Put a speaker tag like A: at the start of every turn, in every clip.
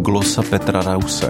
A: glosa Petra Rause.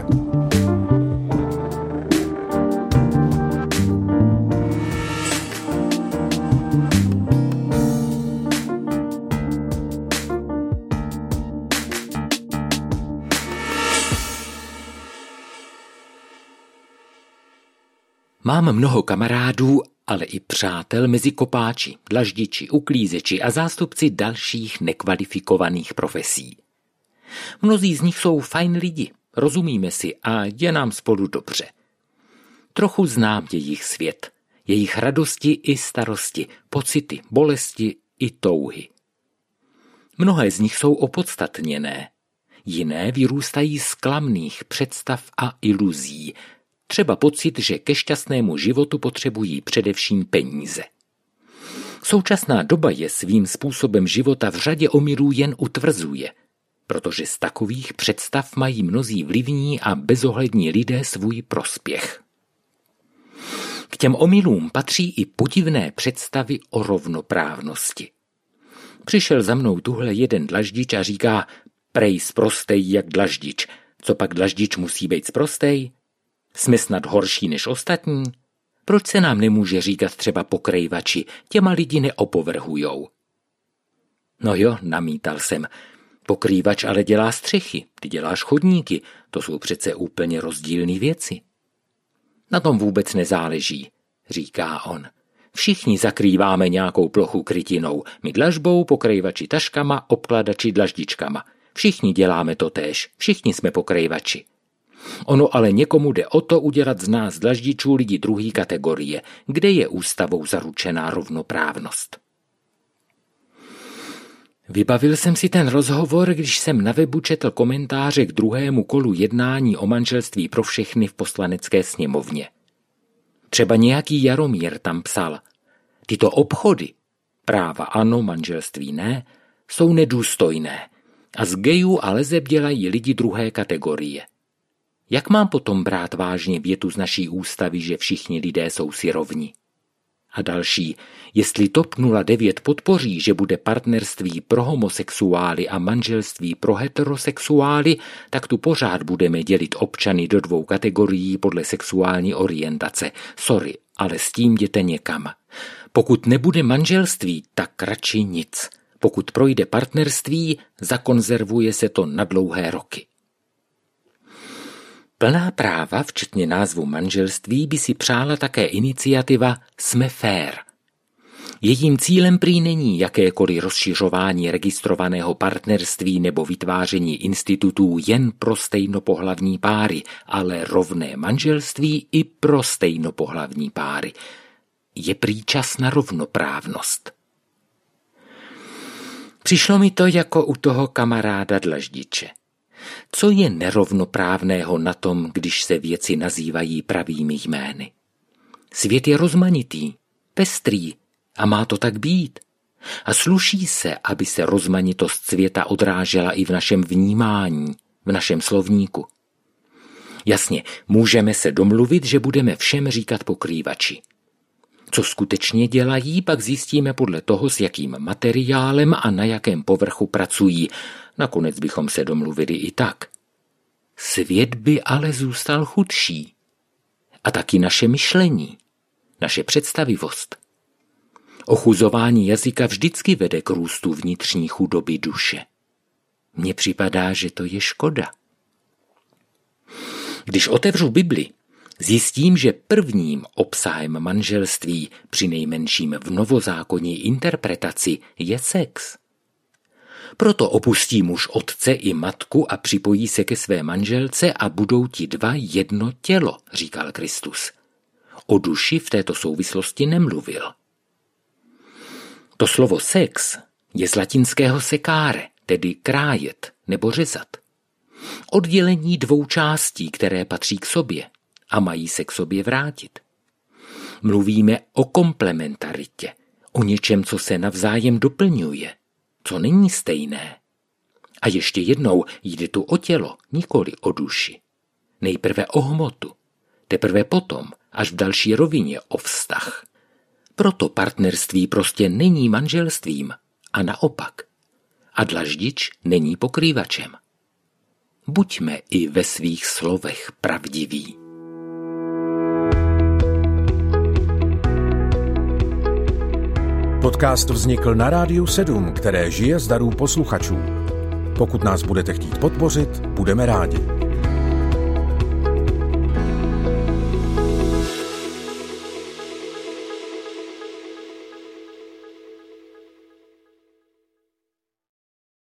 B: Mám mnoho kamarádů, ale i přátel mezi kopáči, dlaždiči, uklízeči a zástupci dalších nekvalifikovaných profesí. Mnozí z nich jsou fajn lidi, rozumíme si a je nám spolu dobře. Trochu znám jejich svět, jejich radosti i starosti, pocity, bolesti i touhy. Mnohé z nich jsou opodstatněné, jiné vyrůstají z klamných představ a iluzí, třeba pocit, že ke šťastnému životu potřebují především peníze. Současná doba je svým způsobem života v řadě omylů jen utvrzuje, protože z takových představ mají mnozí vlivní a bezohlední lidé svůj prospěch. K těm omylům patří i podivné představy o rovnoprávnosti. Přišel za mnou tuhle jeden dlaždič a říká: prej sprostej jak dlaždič, co pak dlaždič musí být sprostej? Jsme snad horší než ostatní? Proč se nám nemůže říkat třeba pokrejvači, těma lidi neopovrhujou? No jo, namítal jsem, pokrývač ale dělá střechy, ty děláš chodníky, to jsou přece úplně rozdílné věci. Na tom vůbec nezáleží, říká on. Všichni zakrýváme nějakou plochu krytinou, my dlažbou, pokrejvači taškama, obkladači dlaždičkama. Všichni děláme to též, všichni jsme pokrejvači. Ono ale někomu jde o to udělat z nás dlaždičů lidi druhé kategorie, kde je ústavou zaručená rovnoprávnost. Vybavil jsem si ten rozhovor, když jsem na webu četl komentáře k druhému kolu jednání o manželství pro všechny v Poslanecké sněmovně. Třeba nějaký Jaromír tam psal: tyto obchody, práva ano, manželství ne, jsou nedůstojné a z gejů a leseb dělají lidi druhé kategorie. Jak mám potom brát vážně větu z naší ústavy, že všichni lidé jsou si rovni? A další: jestli TOP 09 podpoří, že bude partnerství pro homosexuály a manželství pro heterosexuály, tak tu pořád budeme dělit občany do dvou kategorií podle sexuální orientace. Sorry, ale s tím jděte někam. Pokud nebude manželství, tak radši nic. Pokud projde partnerství, zakonzervuje se to na dlouhé roky. Plná práva, včetně názvu manželství, by si přála také iniciativa Jsme fér. Jejím cílem prý není jakékoliv rozšiřování registrovaného partnerství nebo vytváření institutů jen pro stejnopohlavní páry, ale rovné manželství i pro stejnopohlavní páry. Je prý čas na rovnoprávnost. Přišlo mi to jako u toho kamaráda dlaždiče. Co je nerovnoprávného na tom, když se věci nazývají pravými jmény? Svět je rozmanitý, pestrý a má to tak být. A sluší se, aby se rozmanitost světa odrážela i v našem vnímání, v našem slovníku. Jasně, můžeme se domluvit, že budeme všem říkat pokrývači. Co skutečně dělají, pak zjistíme podle toho, s jakým materiálem a na jakém povrchu pracují. Nakonec bychom se domluvili i tak. Svět by ale zůstal chudší. A taky naše myšlení, naše představivost. Ochuzování jazyka vždycky vede k růstu vnitřní chudoby duše. Mně připadá, že to je škoda. Když otevřu Bibli, zjistím, že prvním obsahem manželství, přinejmenším v novozákonní interpretaci, je sex. Proto opustí muž otce i matku a připojí se ke své manželce a budou ti dva jedno tělo, říkal Kristus. O duši v této souvislosti nemluvil. To slovo sex je z latinského secare, tedy krájet nebo řezat. Oddělení dvou částí, které patří k sobě a mají se k sobě vrátit. Mluvíme o komplementaritě, o něčem, co se navzájem doplňuje, co není stejné. A ještě jednou, jde tu o tělo, nikoli o duši. Nejprve o hmotu, teprve potom, až v další rovině o vztah. Proto partnerství prostě není manželstvím a naopak. A dlaždič není pokrývačem. buďme i ve svých slovech pravdiví.
A: Podcast vznikl na Rádiu 7, které žije z darů posluchačů. Pokud nás budete chtít podpořit, budeme rádi.